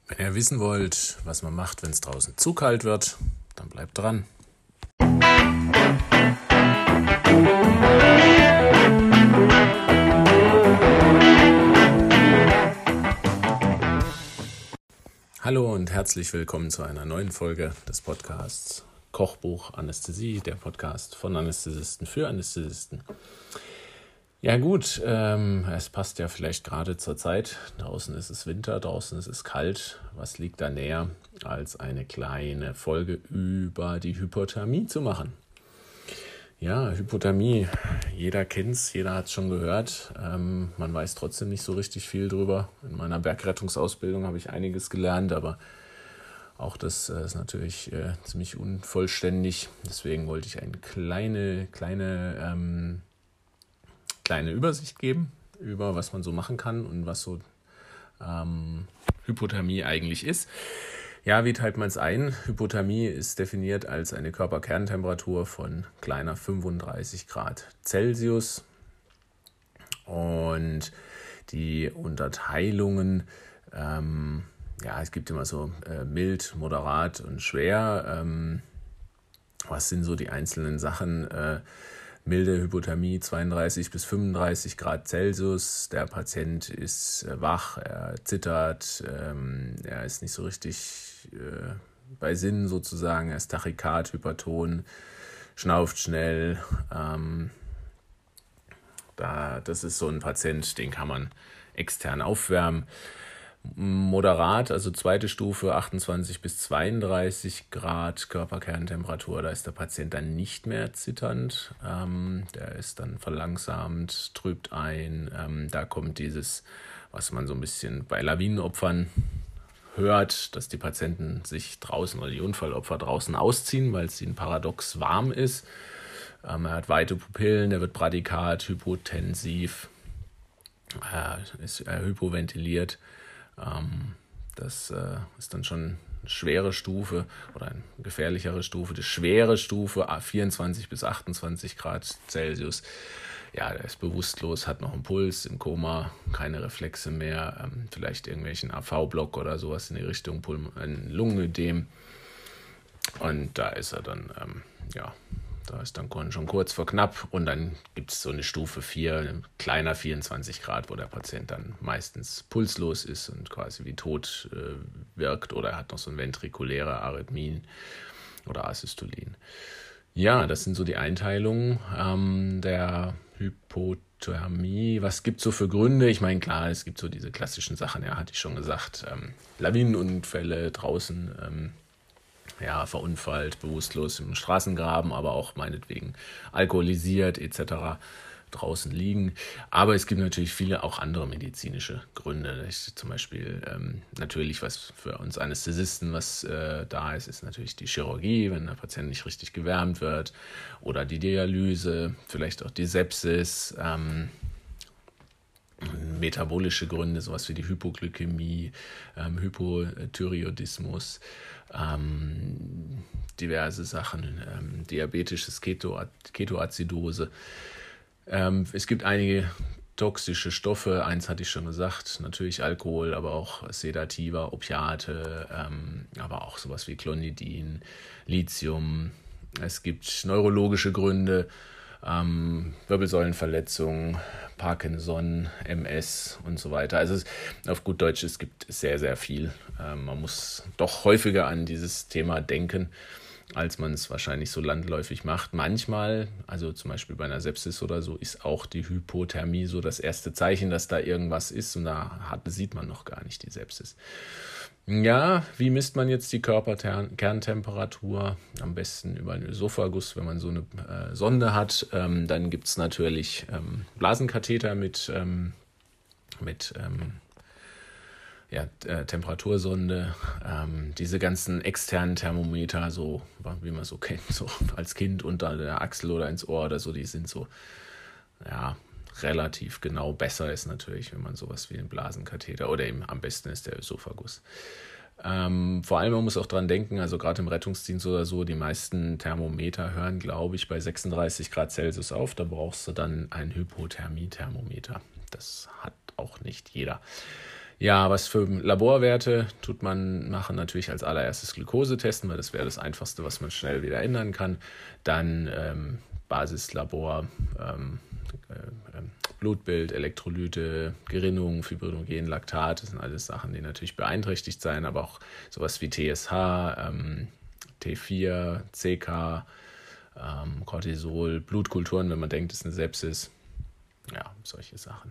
Wenn ihr wissen wollt, was man macht, wenn es draußen zu kalt wird, dann bleibt dran. Hallo und herzlich willkommen zu einer neuen Folge des Podcasts Kochbuch Anästhesie, der Podcast von Anästhesisten für Anästhesisten. Ja gut, es passt ja vielleicht gerade zur Zeit. Draußen ist es Winter, draußen ist es kalt. Was liegt da näher, als eine kleine Folge über die Hypothermie zu machen? Ja, Hypothermie, jeder kennt's, jeder hat's schon gehört. Man weiß trotzdem nicht so richtig viel drüber. In meiner Bergrettungsausbildung habe ich einiges gelernt, aber auch das ist natürlich ziemlich unvollständig. Deswegen wollte ich eine kleine Übersicht geben über was man so machen kann und was so Hypothermie eigentlich ist. Ja, wie teilt man es ein? Hypothermie ist definiert als eine Körperkerntemperatur von kleiner 35 Grad Celsius und die Unterteilungen, es gibt immer so mild, moderat und schwer. Was sind so die einzelnen Sachen? Milde Hypothermie 32 bis 35 Grad Celsius. Der Patient ist wach, er zittert, er ist nicht so richtig bei Sinnen sozusagen, er ist tachykard, hyperton, schnauft schnell. Das ist so ein Patient, den kann man extern aufwärmen. Moderat, also zweite Stufe, 28 bis 32 Grad Körperkerntemperatur, da ist der Patient dann nicht mehr zitternd, der ist dann verlangsamt, trübt ein, da kommt dieses, was man so ein bisschen bei Lawinenopfern hört, dass die Patienten sich draußen oder die Unfallopfer draußen ausziehen, weil es ihnen paradox warm ist. Er hat weite Pupillen, er wird bradykard, hypotensiv, ist hypoventiliert. Das ist dann schon eine schwere Stufe oder eine gefährlichere Stufe. Die schwere Stufe, 24 bis 28 Grad Celsius. Ja, der ist bewusstlos, hat noch einen Puls, im Koma, keine Reflexe mehr, vielleicht irgendwelchen AV-Block oder sowas in die Richtung, ein Lungenödem. Und da ist er dann, da ist dann schon kurz vor knapp und dann gibt es so eine Stufe 4, ein kleiner 24 Grad, wo der Patient dann meistens pulslos ist und quasi wie tot wirkt oder hat noch so eine ventrikuläre Arrhythmien oder Asystolien. Ja, das sind so die Einteilungen der Hypothermie. Was gibt es so für Gründe? Ich meine, klar, es gibt so diese klassischen Sachen, ja, hatte ich schon gesagt, Lawinenunfälle draußen, verunfallt, bewusstlos im Straßengraben, aber auch meinetwegen alkoholisiert etc. draußen liegen. Aber es gibt natürlich viele auch andere medizinische Gründe. Zum Beispiel natürlich, was für uns Anästhesisten da ist natürlich die Chirurgie, wenn der Patient nicht richtig gewärmt wird, oder die Dialyse, vielleicht auch die Sepsis, metabolische Gründe, sowas wie die Hypoglykämie, Hypothyreoidismus, diverse Sachen, diabetisches Ketoazidose. Es gibt einige toxische Stoffe, eins hatte ich schon gesagt, natürlich Alkohol, aber auch Sedativa, Opiate, aber auch sowas wie Clonidin, Lithium. Es gibt neurologische Gründe, Wirbelsäulenverletzungen, Parkinson, MS und so weiter. Also auf gut Deutsch, es gibt sehr, sehr viel. Man muss doch häufiger an dieses Thema denken, als man es wahrscheinlich so landläufig macht. Manchmal, also zum Beispiel bei einer Sepsis oder so, ist auch die Hypothermie so das erste Zeichen, dass da irgendwas ist und da sieht man noch gar nicht die Sepsis. Ja, wie misst man jetzt die Körperkerntemperatur? Am besten über einen Ösophagus, wenn man so eine Sonde hat. Dann gibt es natürlich Blasenkatheter mit Temperatursonde. Diese ganzen externen Thermometer, so wie man so kennt, so als Kind unter der Achsel oder ins Ohr oder so, die sind so, relativ genau. Besser ist natürlich, wenn man sowas wie einen Blasenkatheter oder eben am besten ist der Ösophagus. Vor allem, man muss auch dran denken, also gerade im Rettungsdienst oder so, die meisten Thermometer hören, glaube ich, bei 36 Grad Celsius auf. Da brauchst du dann ein Hypothermie-Thermometer. Das hat auch nicht jeder. Ja, was für Laborwerte tut man machen? Natürlich als allererstes Glukose testen, weil das wäre das Einfachste, was man schnell wieder ändern kann. Dann Basislabor, Blutbild, Elektrolyte, Gerinnung, Fibrinogen, Laktat. Das sind alles Sachen, die natürlich beeinträchtigt sein, aber auch sowas wie TSH, T4, CK, Cortisol, Blutkulturen, wenn man denkt, es ist eine Sepsis. Ja, solche Sachen.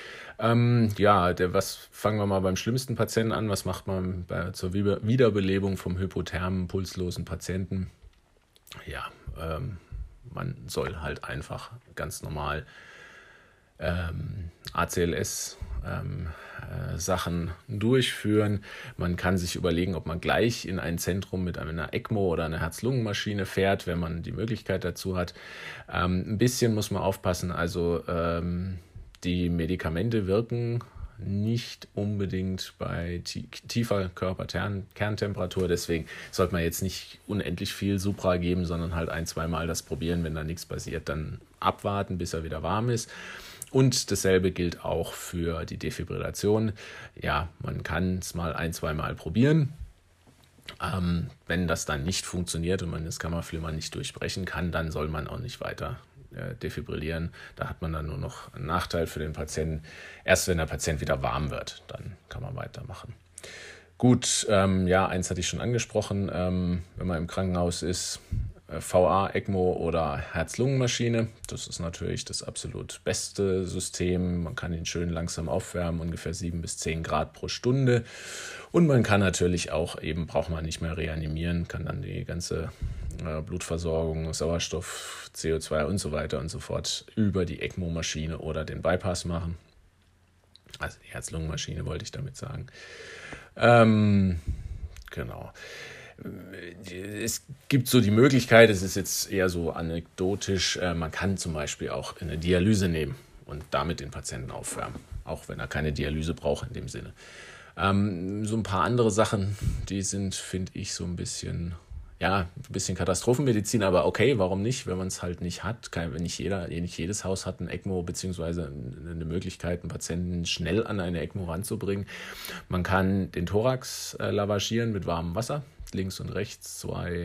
Fangen wir mal beim schlimmsten Patienten an. Was macht man zur Wiederbelebung vom hypothermen, pulslosen Patienten? Ja, man soll halt einfach ganz normal ACLS Sachen durchführen. Man kann sich überlegen, ob man gleich in ein Zentrum mit einer ECMO oder einer Herz-Lungen-Maschine fährt, wenn man die Möglichkeit dazu hat. Ein bisschen muss man aufpassen, also die Medikamente wirken nicht unbedingt bei tiefer Körperkerntemperatur. Deswegen sollte man jetzt nicht unendlich viel Supra geben, sondern halt 1-2 Mal das probieren. Wenn da nichts passiert, dann abwarten, bis er wieder warm ist. Und dasselbe gilt auch für die Defibrillation. Ja, man kann es mal 1-2 Mal probieren. Wenn das dann nicht funktioniert und man das Kammerflimmern nicht durchbrechen kann, dann soll man auch nicht weiter defibrillieren. Da hat man dann nur noch einen Nachteil für den Patienten. Erst wenn der Patient wieder warm wird, dann kann man weitermachen. Gut, eins hatte ich schon angesprochen, wenn man im Krankenhaus ist, VA, ECMO oder Herz-Lungen-Maschine. Das ist natürlich das absolut beste System. Man kann ihn schön langsam aufwärmen, ungefähr 7 bis 10 Grad pro Stunde. Und man kann natürlich auch braucht man nicht mehr reanimieren, kann dann die ganze Blutversorgung, Sauerstoff, CO2 und so weiter und so fort über die ECMO-Maschine oder den Bypass machen. Also die Herz-Lungen-Maschine wollte ich damit sagen. Genau. Es gibt so die Möglichkeit, es ist jetzt eher so anekdotisch, man kann zum Beispiel auch eine Dialyse nehmen und damit den Patienten aufwärmen, auch wenn er keine Dialyse braucht in dem Sinne. So ein paar andere Sachen, die sind, finde ich, so ein bisschen Katastrophenmedizin, aber okay, warum nicht, wenn man es halt nicht hat, nicht jedes Haus hat ein ECMO, beziehungsweise eine Möglichkeit, einen Patienten schnell an eine ECMO ranzubringen. Man kann den Thorax lavagieren mit warmem Wasser, links und rechts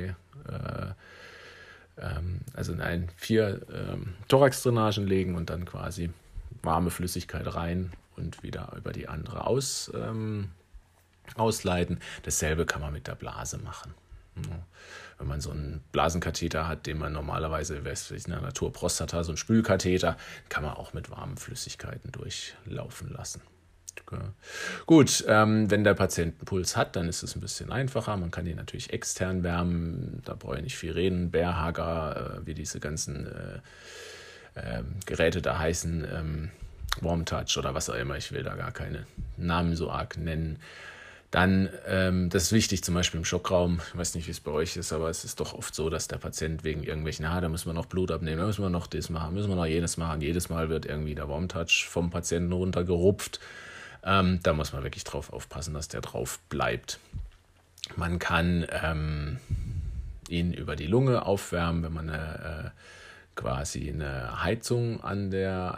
4 Thoraxdrainagen legen und dann quasi warme Flüssigkeit rein und wieder über die andere ausleiten. Dasselbe kann man mit der Blase machen. Wenn man so einen Blasenkatheter hat, den man normalerweise in der Natur Prostata, so einen Spülkatheter, kann man auch mit warmen Flüssigkeiten durchlaufen lassen. Gut, wenn der Patient einen Puls hat, dann ist es ein bisschen einfacher. Man kann ihn natürlich extern wärmen, da brauche ich nicht viel reden. Bärhager, wie diese ganzen Geräte da heißen, Warm Touch oder was auch immer, ich will da gar keine Namen so arg nennen. Dann, das ist wichtig, zum Beispiel im Schockraum, ich weiß nicht, wie es bei euch ist, aber es ist doch oft so, dass der Patient wegen irgendwelchen, da müssen wir noch Blut abnehmen, da müssen wir noch das machen, müssen wir noch jenes machen. Jedes Mal wird irgendwie der Warm-Touch vom Patienten runtergerupft. Da muss man wirklich drauf aufpassen, dass der drauf bleibt. Man kann ihn über die Lunge aufwärmen, wenn man quasi eine Heizung an der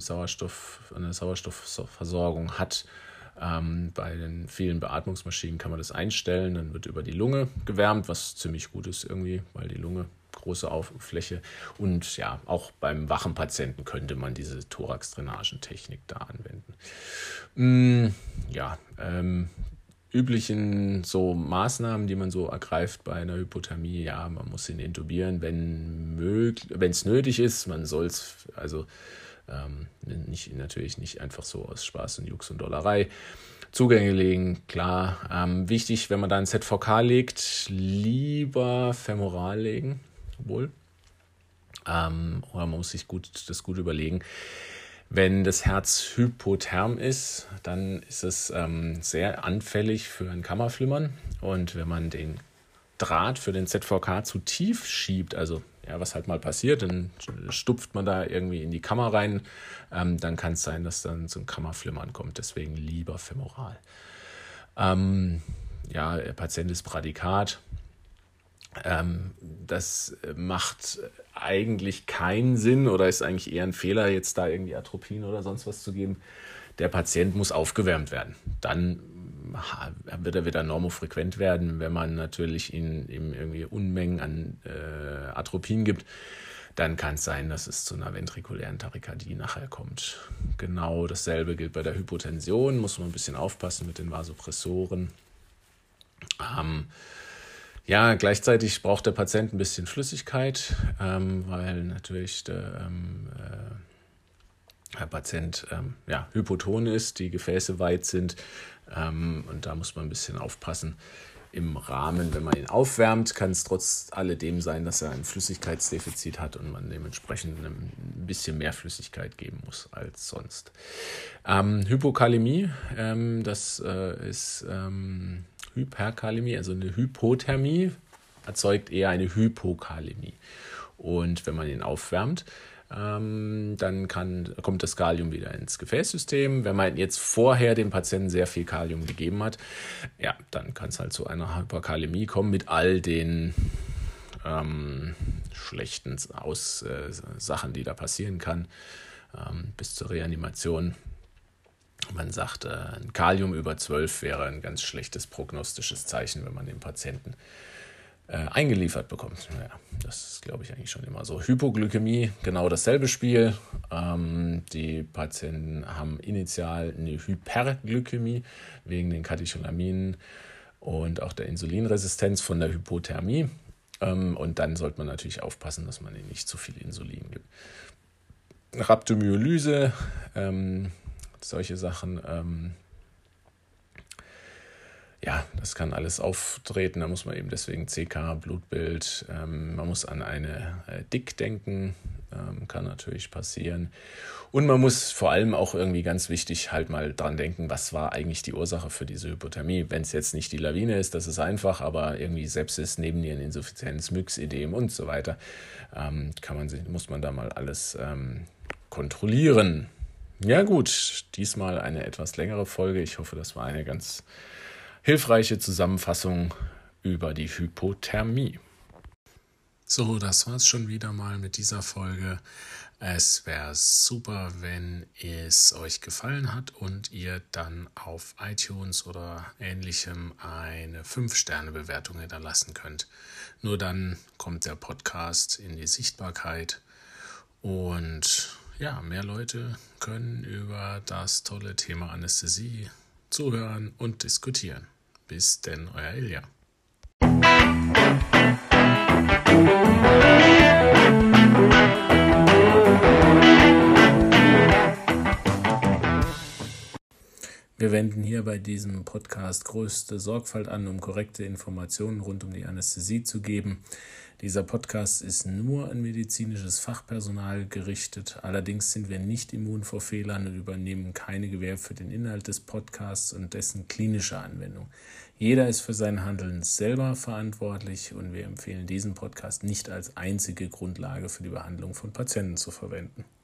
Sauerstoffversorgung hat. Bei den vielen Beatmungsmaschinen kann man das einstellen, dann wird über die Lunge gewärmt, was ziemlich gut ist irgendwie, weil die Lunge große Fläche und ja, auch beim wachen Patienten könnte man diese Thorax-Drainagentechnik da anwenden. Üblichen so Maßnahmen, die man so ergreift bei einer Hypothermie, ja, man muss ihn intubieren, wenn es nötig ist, man soll es natürlich nicht einfach so aus Spaß und Jux und Dollerei Zugänge legen, klar. Wichtig, wenn man da ein ZVK legt, lieber femoral legen, wohl. Oder man muss sich das gut überlegen. Wenn das Herz hypotherm ist, dann ist es sehr anfällig für ein Kammerflimmern. Und wenn man den Draht für den ZVK zu tief schiebt, also ja, was halt mal passiert, dann stupft man da irgendwie in die Kammer rein, dann kann es sein, dass dann zum Kammerflimmern kommt, deswegen lieber femoral. Der Patient ist Bradykard. Das macht eigentlich keinen Sinn oder ist eigentlich eher ein Fehler, jetzt da irgendwie Atropin oder sonst was zu geben. der Patient muss aufgewärmt werden. Dann wird er wieder normofrequent werden. Wenn man natürlich ihm irgendwie Unmengen an Atropin gibt, dann kann es sein, dass es zu einer ventrikulären Tachykardie nachher kommt. Genau dasselbe gilt bei der Hypotension, muss man ein bisschen aufpassen mit den Vasopressoren. Gleichzeitig braucht der Patient ein bisschen Flüssigkeit, weil natürlich der Patient hypoton ist, die Gefäße weit sind, und da muss man ein bisschen aufpassen. Im Rahmen, wenn man ihn aufwärmt, kann es trotz alledem sein, dass er ein Flüssigkeitsdefizit hat und man dementsprechend ein bisschen mehr Flüssigkeit geben muss als sonst. Hypokalämie, das ist Hyperkalämie, also eine Hypothermie, erzeugt eher eine Hypokalämie. Und wenn man ihn aufwärmt, dann kommt das Kalium wieder ins Gefäßsystem. Wenn man jetzt vorher dem Patienten sehr viel Kalium gegeben hat, dann kann es halt zu einer Hyperkalämie kommen mit all den schlechten Sachen, die da passieren kann, bis zur Reanimation. Man sagt, ein Kalium über 12 wäre ein ganz schlechtes prognostisches Zeichen, wenn man den Patienten eingeliefert bekommt. Das ist, glaube ich, eigentlich schon immer so. Hypoglykämie, genau dasselbe Spiel. Die Patienten haben initial eine Hyperglykämie wegen den Katecholaminen und auch der Insulinresistenz von der Hypothermie. Und dann sollte man natürlich aufpassen, dass man ihnen nicht zu viel Insulin gibt. Rhabdomyolyse, solche Sachen. Das kann alles auftreten, da muss man eben deswegen CK, Blutbild, man muss an eine DIC denken, kann natürlich passieren. Und man muss vor allem auch irgendwie ganz wichtig halt mal dran denken, was war eigentlich die Ursache für diese Hypothermie. Wenn es jetzt nicht die Lawine ist, das ist einfach, aber irgendwie Sepsis, Nebenniereninsuffizienz, Myxödem und so weiter, muss man da mal alles kontrollieren. Ja gut, diesmal eine etwas längere Folge. Ich hoffe, das war eine ganz hilfreiche Zusammenfassung über die Hypothermie. So, das war's schon wieder mal mit dieser Folge. Es wäre super, wenn es euch gefallen hat und ihr dann auf iTunes oder Ähnlichem eine 5-Sterne-Bewertung hinterlassen könnt. Nur dann kommt der Podcast in die Sichtbarkeit und mehr Leute können über das tolle Thema Anästhesie zuhören und diskutieren. Bis denn, euer Ilja. Wir wenden hier bei diesem Podcast größte Sorgfalt an, um korrekte Informationen rund um die Anästhesie zu geben. Dieser Podcast ist nur an medizinisches Fachpersonal gerichtet. Allerdings sind wir nicht immun vor Fehlern und übernehmen keine Gewähr für den Inhalt des Podcasts und dessen klinische Anwendung. Jeder ist für sein Handeln selber verantwortlich und wir empfehlen diesen Podcast nicht als einzige Grundlage für die Behandlung von Patienten zu verwenden.